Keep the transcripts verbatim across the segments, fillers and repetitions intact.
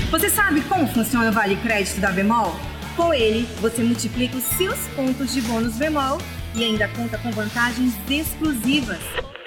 Você sabe como funciona o Vale Crédito da Bemol? Com ele, você multiplica os seus pontos de bônus Bemol e ainda conta com vantagens exclusivas.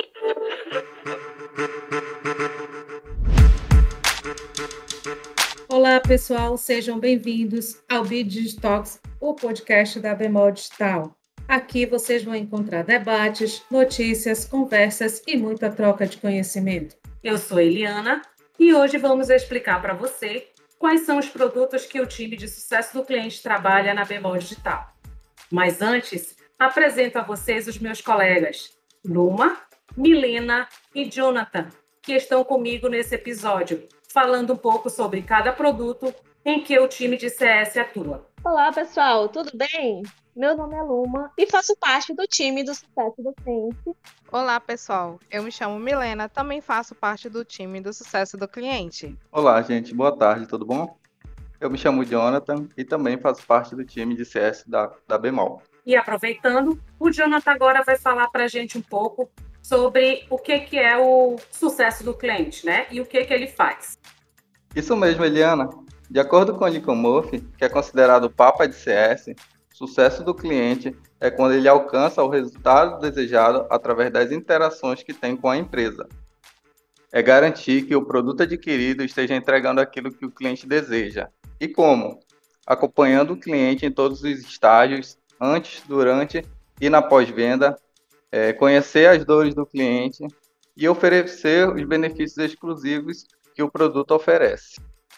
Olá, pessoal, sejam bem-vindos ao B Digitalks, o podcast da Bemol Digital. Aqui vocês vão encontrar debates, notícias, conversas e muita troca de conhecimento. Eu sou Eliana e hoje vamos explicar para você quais são os produtos que o time de sucesso do cliente trabalha na Bemol Digital. Mas antes, apresento a vocês os meus colegas, Luma, Milena e Jonathan, que estão comigo nesse episódio, falando um pouco sobre cada produto em que o time de C S atua. Olá, pessoal, tudo bem? Meu nome é Luma e faço parte do time do sucesso do cliente. Olá, pessoal. Eu me chamo Milena, também faço parte do time do sucesso do cliente. Olá, gente. Boa tarde, tudo bom? Eu me chamo Jonathan e também faço parte do time de C S da, da Bemol. E aproveitando, o Jonathan agora vai falar para a gente um pouco sobre o que, que é o sucesso do cliente, né? E o que, que ele faz. Isso mesmo, Eliana. De acordo com o Lincoln Murphy, que é considerado o Papa de C S, o sucesso do cliente é quando ele alcança o resultado desejado através das interações que tem com a empresa. É garantir que o produto adquirido esteja entregando aquilo que o cliente deseja. E como? Acompanhando o cliente em todos os estágios, antes, durante e na pós-venda, é, conhecer as dores do cliente e oferecer os benefícios exclusivos que o produto oferece.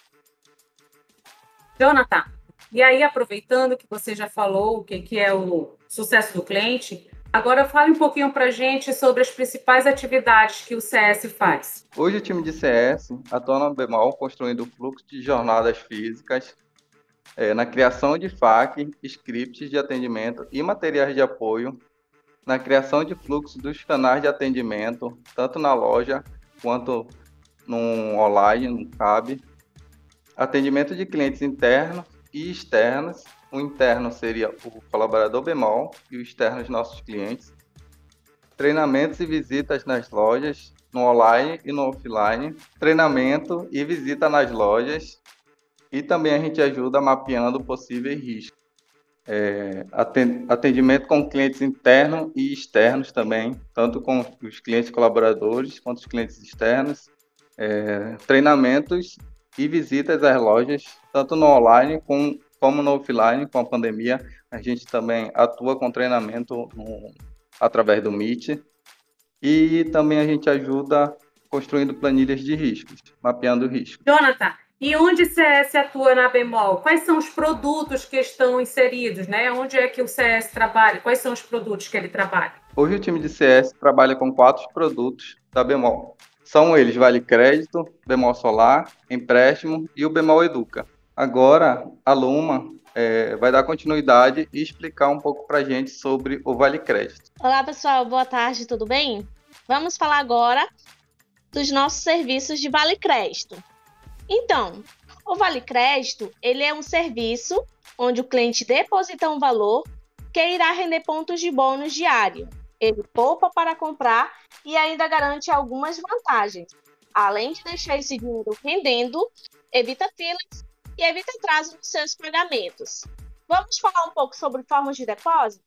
Jonathan, e aí aproveitando que você já falou o que, que é o sucesso do cliente, agora fale um pouquinho para a gente sobre as principais atividades que o C S faz. Hoje o time de C S atua na Bemol construindo fluxo de jornadas físicas, é, na criação de F A Q, scripts de atendimento e materiais de apoio, na criação de fluxo dos canais de atendimento, tanto na loja quanto no online, no C A B, atendimento de clientes internos e externos. O interno seria o colaborador Bemol e o externo os nossos clientes, treinamentos e visitas nas lojas, no online e no offline, treinamento e visita nas lojas, e também a gente ajuda mapeando possíveis riscos. É, atendimento com clientes internos e externos também, tanto com os clientes colaboradores quanto os clientes externos, é, treinamentos e visitas às lojas, tanto no online com, como no offline. Com a pandemia, a gente também atua com treinamento no, através do Meet, e também a gente ajuda construindo planilhas de riscos, mapeando riscos. Jonathan, e onde C S atua na Bemol? Quais são os produtos que estão inseridos, né? Onde é que o C S trabalha? Quais são os produtos que ele trabalha? Hoje o time de C S trabalha com quatro produtos da Bemol. São eles Vale Crédito, Bemol Solar, Empréstimo e o Bemol Educa. Agora, a Luma é, vai dar continuidade e explicar um pouco para a gente sobre o Vale Crédito. Olá, pessoal. Boa tarde, tudo bem? Vamos falar agora dos nossos serviços de Vale Crédito. Então, o Vale Crédito, ele é um serviço onde o cliente deposita um valor que irá render pontos de bônus diário. Ele poupa para comprar e ainda garante algumas vantagens. Além de deixar esse dinheiro rendendo, evita filas e evita atraso nos seus pagamentos. Vamos falar um pouco sobre formas de depósito?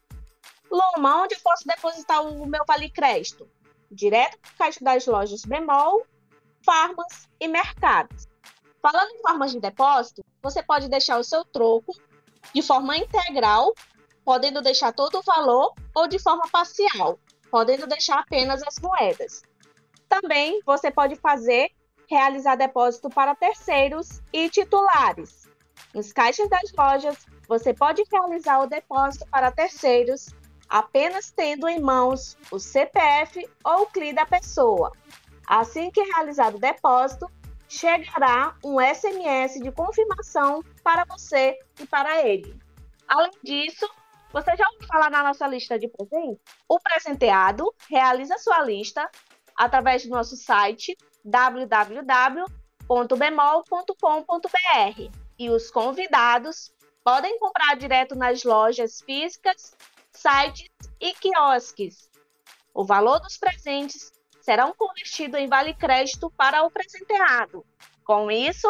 Luma, onde eu posso depositar o meu Vale Crédito? Direto para o caixa das lojas Bemol, farmas e mercados. Falando em formas de depósito, você pode deixar o seu troco de forma integral, podendo deixar todo o valor, ou de forma parcial, podendo deixar apenas as moedas. Também você pode fazer, realizar depósito para terceiros e titulares. Nos caixas das lojas, você pode realizar o depósito para terceiros apenas tendo em mãos o C P F ou o C L I da pessoa. Assim que realizado o depósito, chegará um S M S de confirmação para você e para ele. Além disso, você já ouviu falar na nossa lista de presentes? O presenteado realiza sua lista através do nosso site w w w ponto bemol ponto com ponto b r e os convidados podem comprar direto nas lojas físicas, sites e quiosques. O valor dos presentes serão convertidos em Vale Crédito para o presenteado. Com isso,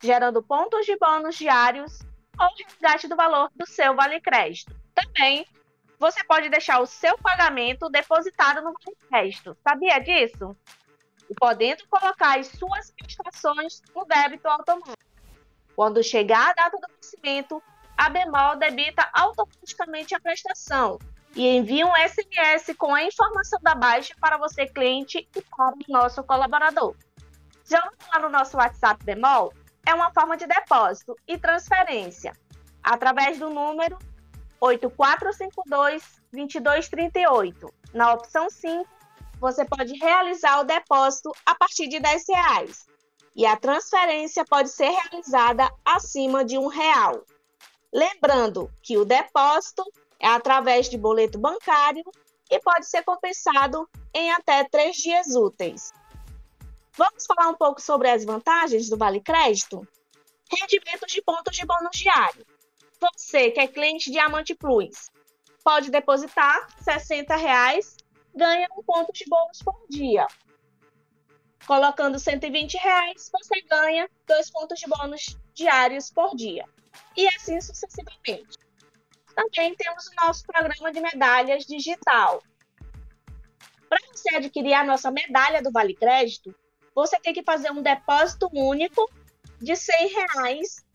gerando pontos de bônus diários ou resgate do valor do seu Vale Crédito. Também, você pode deixar o seu pagamento depositado no Vale Crédito. Sabia disso? E podendo colocar as suas prestações no débito automático. Quando chegar a data do vencimento, a Bemol debita automaticamente a prestação e envia um S M S com a informação da baixa para você, cliente, e para o nosso colaborador. Já lá no nosso WhatsApp Bemol, é uma forma de depósito e transferência, através do número oito quatro cinco dois, dois dois três oito. Na opção cinco, você pode realizar o depósito a partir de dez reais. E a transferência pode ser realizada acima de um real. Lembrando que o depósito é através de boleto bancário e pode ser compensado em até três dias úteis. Vamos falar um pouco sobre as vantagens do Vale Crédito? Rendimentos de pontos de bônus diário. Você que é cliente Diamante Plus pode depositar sessenta reais, ganha um ponto de bônus por dia. Colocando cento e vinte reais, você ganha dois pontos de bônus diários por dia. E assim sucessivamente. Também temos o nosso programa de medalhas digital. Para você adquirir a nossa medalha do Vale Crédito, você tem que fazer um depósito único de cem reais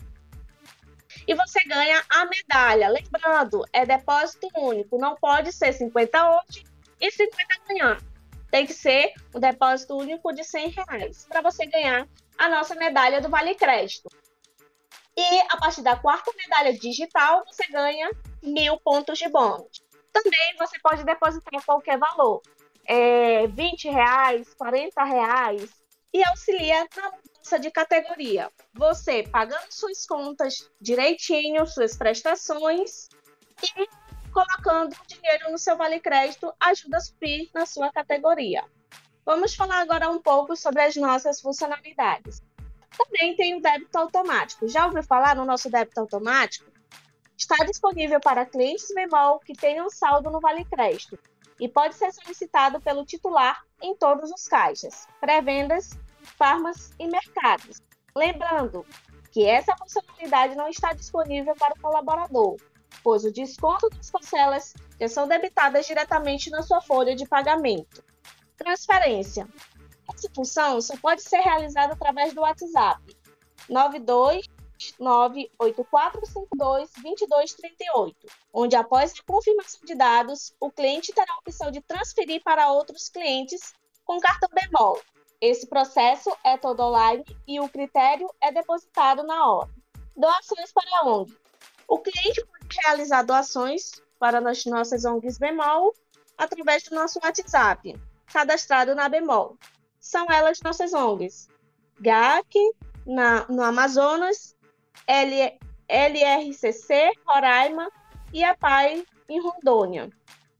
e você ganha a medalha. Lembrando, é depósito único, não pode ser cinquenta hoje e cinquenta amanhã. Tem que ser um depósito único de cem reais para você ganhar a nossa medalha do Vale Crédito. E a partir da quarta medalha digital, você ganha mil pontos de bônus. Também você pode depositar qualquer valor, é, vinte reais, quarenta reais, e auxilia na mudança de categoria. Você pagando suas contas direitinho, suas prestações e colocando o dinheiro no seu Vale Crédito ajuda a subir na sua categoria. Vamos falar agora um pouco sobre as nossas funcionalidades. Também tem o débito automático. Já ouviu falar no nosso débito automático? Está disponível para clientes Bemol que tenham saldo no Vale Crédito e pode ser solicitado pelo titular em todos os caixas, pré-vendas, farmas e mercados. Lembrando que essa funcionalidade não está disponível para o colaborador, pois o desconto das parcelas já são debitadas diretamente na sua folha de pagamento. Transferência. Essa função só pode ser realizada através do WhatsApp nove dois nove oito quatro cinco dois, dois dois três oito, onde após a confirmação de dados, o cliente terá a opção de transferir para outros clientes com cartão Bemol. Esse processo é todo online e o critério é depositado na hora. Doações para a O N G. O cliente pode realizar doações para as nossas O N Gs Bemol através do nosso WhatsApp, cadastrado na Bemol. São elas nossas O N Gs. G A C, na, no Amazonas, L, L R C C, Roraima e a P A I em Rondônia.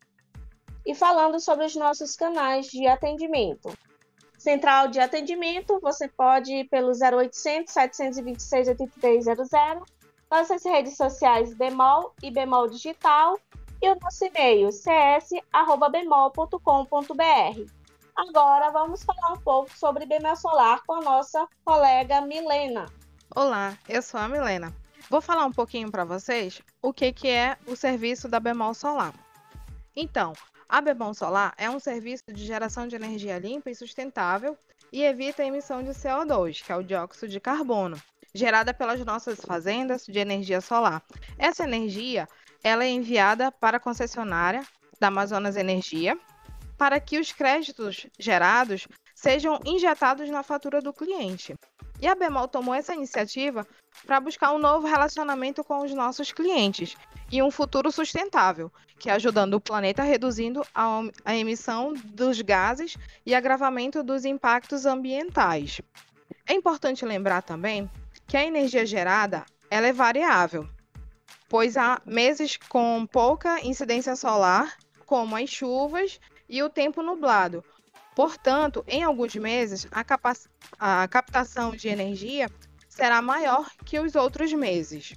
E falando sobre os nossos canais de atendimento. Central de atendimento, você pode ir pelo zero oitocentos, sete dois seis, oito três zero zero, nossas redes sociais Bemol e Bemol Digital e o nosso e-mail c s arroba bemol ponto com ponto b r. Agora vamos falar um pouco sobre Bemol Solar com a nossa colega Milena. Olá, eu sou a Milena. Vou falar um pouquinho para vocês o que, que é o serviço da Bemol Solar. Então, a Bemol Solar é um serviço de geração de energia limpa e sustentável e evita a emissão de C O dois, que é o dióxido de carbono, gerada pelas nossas fazendas de energia solar. Essa energia ela é enviada para a concessionária da Amazonas Energia, para que os créditos gerados sejam injetados na fatura do cliente. E a Bemol tomou essa iniciativa para buscar um novo relacionamento com os nossos clientes e um futuro sustentável, que ajudando o planeta reduzindo a, a emissão dos gases e agravamento dos impactos ambientais. É importante lembrar também que a energia gerada ela é variável, pois há meses com pouca incidência solar, como as chuvas e o tempo nublado. Portanto, em alguns meses, a, capac... a captação de energia será maior que os outros meses.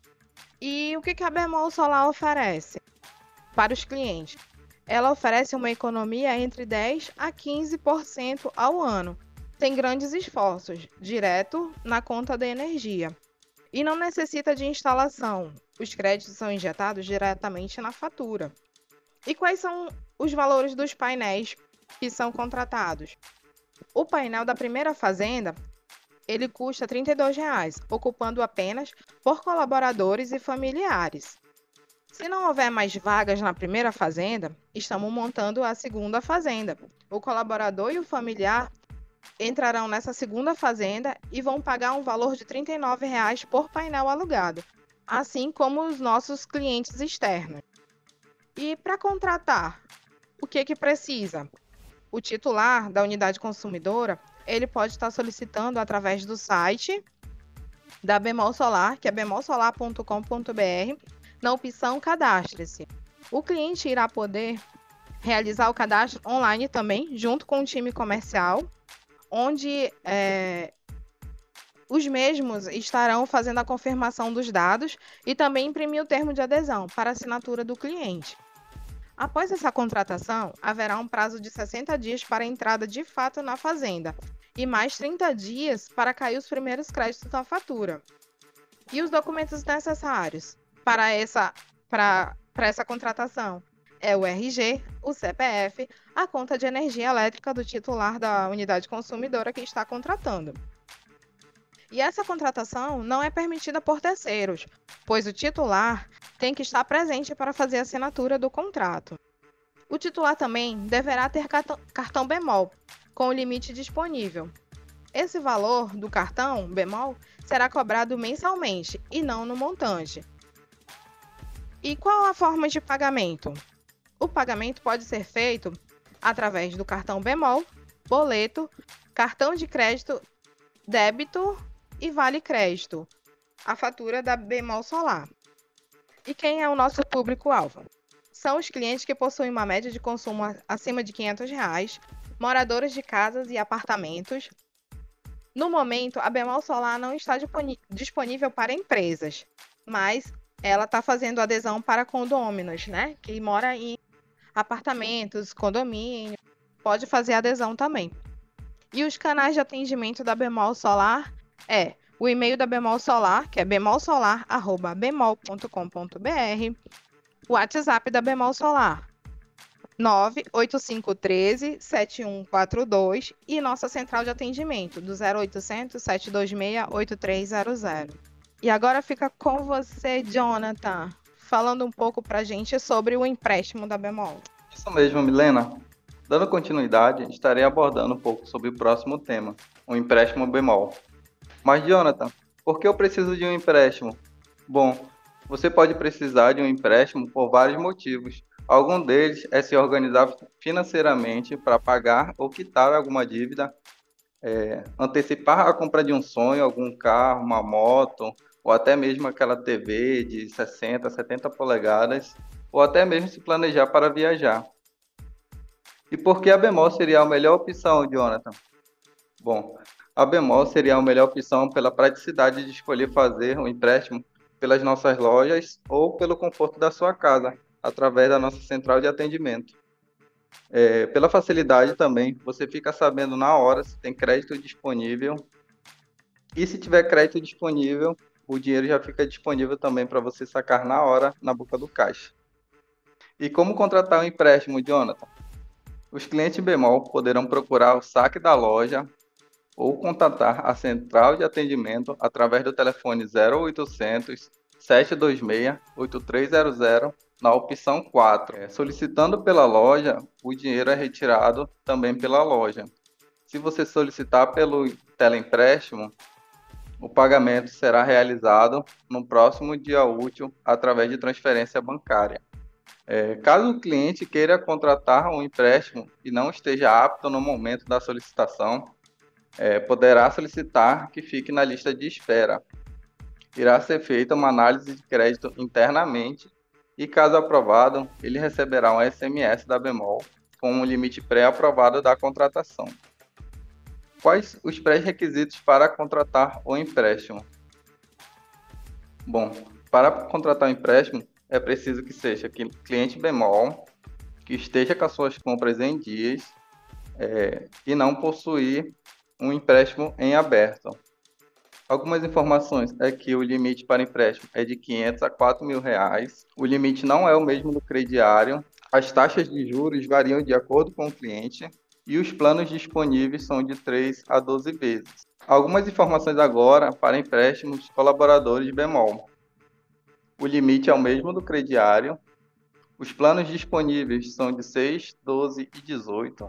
E o que a Bemol Solar oferece para os clientes? Ela oferece uma economia entre dez por cento a quinze por cento ao ano, sem grandes esforços, direto na conta da energia. E não necessita de instalação. Os créditos são injetados diretamente na fatura. E quais são os valores dos painéis que são contratados? O painel da primeira fazenda, ele custa trinta e dois reais, ocupando apenas por colaboradores e familiares. Se não houver mais vagas na primeira fazenda, estamos montando a segunda fazenda. O colaborador e o familiar entrarão nessa segunda fazenda e vão pagar um valor de trinta e nove reais por painel alugado, assim como os nossos clientes externos. E para contratar, o que que precisa? O titular da unidade consumidora, ele pode estar solicitando através do site da Bemol Solar, que é bemol solar ponto com ponto br, na opção Cadastre-se. O cliente irá poder realizar o cadastro online também, junto com o time comercial, onde é, os mesmos estarão fazendo a confirmação dos dados e também imprimir o termo de adesão para assinatura do cliente. Após essa contratação, haverá um prazo de sessenta dias para a entrada de fato na fazenda e mais trinta dias para cair os primeiros créditos da fatura. E os documentos necessários para essa, para, para essa contratação é o R G, o C P F, a conta de energia elétrica do titular da unidade consumidora que está contratando. E essa contratação não é permitida por terceiros, pois o titular tem que estar presente para fazer a assinatura do contrato. O titular também deverá ter cartão Bemol, com o limite disponível. Esse valor do cartão Bemol será cobrado mensalmente e não no montante. E qual a forma de pagamento? O pagamento pode ser feito através do cartão Bemol, boleto, cartão de crédito, débito e vale crédito, a fatura da Bemol Solar. E quem é o nosso público-alvo? São os clientes que possuem uma média de consumo acima de quinhentos reais, moradores de casas e apartamentos. No momento, a Bemol Solar não está disponível para empresas, mas ela está fazendo adesão para condôminos, né? Que mora em apartamentos, condomínio, pode fazer adesão também. E os canais de atendimento da Bemol Solar é o e-mail da Bemol Solar, que é bemol solar arroba bemol ponto com ponto br, o WhatsApp da Bemol Solar, nove oito cinco um três sete um quatro dois e nossa central de atendimento do zero oitocentos, sete dois seis, oito três zero zero. E agora fica com você, Jonathan, falando um pouco para a gente sobre o empréstimo da Bemol. Isso mesmo, Milena. Dando continuidade, estarei abordando um pouco sobre o próximo tema, o empréstimo Bemol. Mas, Jonathan, por que eu preciso de um empréstimo? Bom, você pode precisar de um empréstimo por vários motivos. Algum deles é se organizar financeiramente para pagar ou quitar alguma dívida, é, antecipar a compra de um sonho, algum carro, uma moto, ou até mesmo aquela T V de sessenta, setenta polegadas, ou até mesmo se planejar para viajar. E por que a Bemol seria a melhor opção, Jonathan? Bom, a Bemol seria a melhor opção pela praticidade de escolher fazer um empréstimo pelas nossas lojas ou pelo conforto da sua casa, através da nossa central de atendimento. É, pela facilidade também, você fica sabendo na hora se tem crédito disponível. E se tiver crédito disponível, o dinheiro já fica disponível também para você sacar na hora, na boca do caixa. E como contratar um empréstimo, Jonathan? Os clientes Bemol poderão procurar o saque da loja ou contatar a central de atendimento através do telefone zero oitocentos, sete dois seis, oito três zero zero na opção quatro. É, solicitando pela loja, o dinheiro é retirado também pela loja. Se você solicitar pelo teleempréstimo, o pagamento será realizado no próximo dia útil através de transferência bancária. É, caso o cliente queira contratar um empréstimo e não esteja apto no momento da solicitação, é, poderá solicitar que fique na lista de espera. Irá ser feita uma análise de crédito internamente e, caso aprovado, ele receberá um S M S da Bemol com um limite pré-aprovado da contratação. Quais os pré-requisitos para contratar o empréstimo? Bom, para contratar o empréstimo, é preciso que seja cliente Bemol, que esteja com as suas compras em dias é, e não possuir um empréstimo em aberto. Algumas informações é que o limite para empréstimo é de quinhentos a quatro mil reais. O limite não é o mesmo do crediário. As taxas de juros variam de acordo com o cliente e os planos disponíveis são de três a doze vezes. Algumas informações agora para empréstimos colaboradores bemol. O limite é o mesmo do crediário. Os planos disponíveis são de seis, doze e dezoito.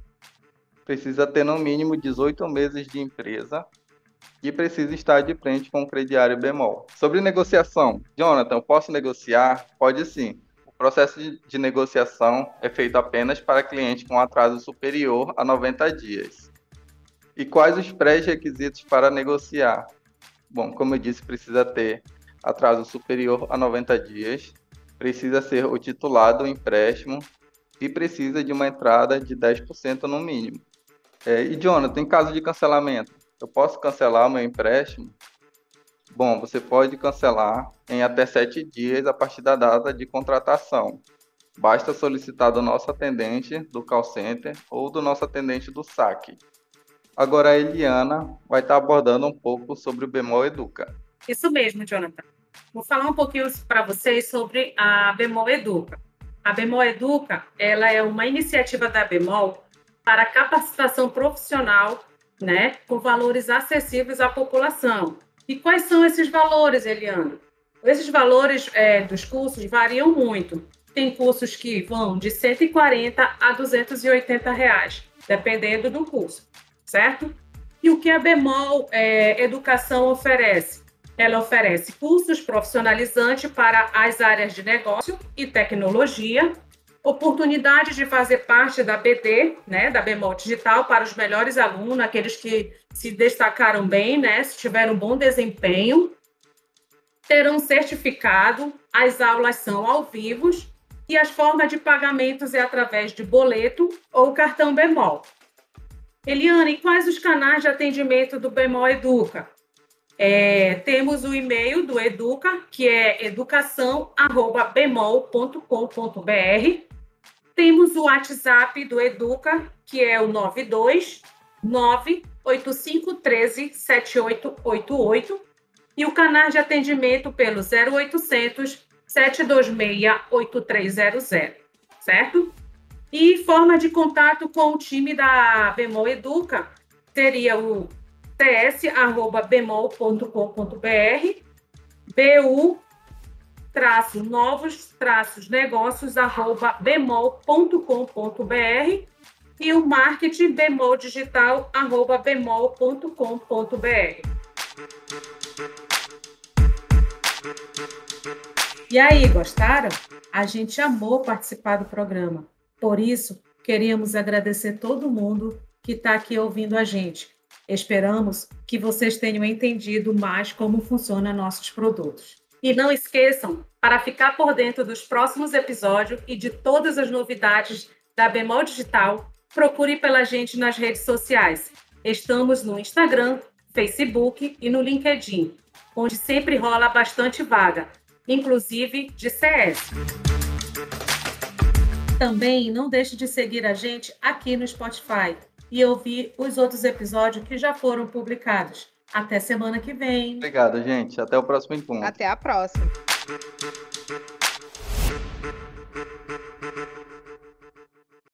Precisa ter no mínimo dezoito meses de empresa e precisa estar de frente com o crediário bemol. Sobre negociação, Jonathan, posso negociar? Pode sim. O processo de, de negociação é feito apenas para clientes com atraso superior a noventa dias. E quais os pré-requisitos para negociar? Bom, como eu disse, precisa ter atraso superior a noventa dias, precisa ser o titular do empréstimo e precisa de uma entrada de dez por cento no mínimo. É, e, Jonathan, em caso de cancelamento, eu posso cancelar o meu empréstimo? Bom, você pode cancelar em até sete dias a partir da data de contratação. Basta solicitar do nosso atendente do call center ou do nosso atendente do saque. Agora a Eliana vai estar abordando um pouco sobre o Bemol Educa. Isso mesmo, Jonathan. Vou falar um pouquinho para vocês sobre a Bemol Educa. A Bemol Educa, ela é uma iniciativa da Bemol para capacitação profissional, né, com valores acessíveis à população. E quais são esses valores, Eliana? Esses valores é, dos cursos variam muito. Tem cursos que vão de cento e quarenta a duzentos e oitenta reais, dependendo do curso, certo? E o que a Bemol é, Educação oferece? Ela oferece cursos profissionalizantes para as áreas de negócio e tecnologia, oportunidade de fazer parte da B D, né, da Bemol Digital, para os melhores alunos, aqueles que se destacaram bem, né, se tiveram um bom desempenho, terão certificado, as aulas são ao vivo e as formas de pagamentos é através de boleto ou cartão Bemol. Eliana, e quais os canais de atendimento do Bemol Educa? É, temos o e-mail do Educa, que é educação arroba bemol ponto com ponto b r. Temos o WhatsApp do Educa, que é o nove dois nove oito cinco um três sete oito oito oito. E o canal de atendimento pelo zero oitocentos, sete dois seis, oito três zero zero, certo? E forma de contato com o time da Bemol Educa seria o ts arroba bemol ponto com ponto b r, bu traço novos traços negócios arroba bemol ponto com ponto b r e o marketing bemol digital arroba bemol ponto com ponto b r. E aí, gostaram? A gente amou participar do programa. Por isso, queríamos agradecer todo mundo que está aqui ouvindo a gente. Esperamos que vocês tenham entendido mais como funcionam nossos produtos. E não esqueçam, para ficar por dentro dos próximos episódios e de todas as novidades da Bemol Digital, procure pela gente nas redes sociais. Estamos no Instagram, Facebook e no LinkedIn, onde sempre rola bastante vaga, inclusive de C S. Também não deixe de seguir a gente aqui no Spotify e ouvir os outros episódios que já foram publicados. Até semana que vem. Obrigado, gente. Até o próximo encontro. Até a próxima.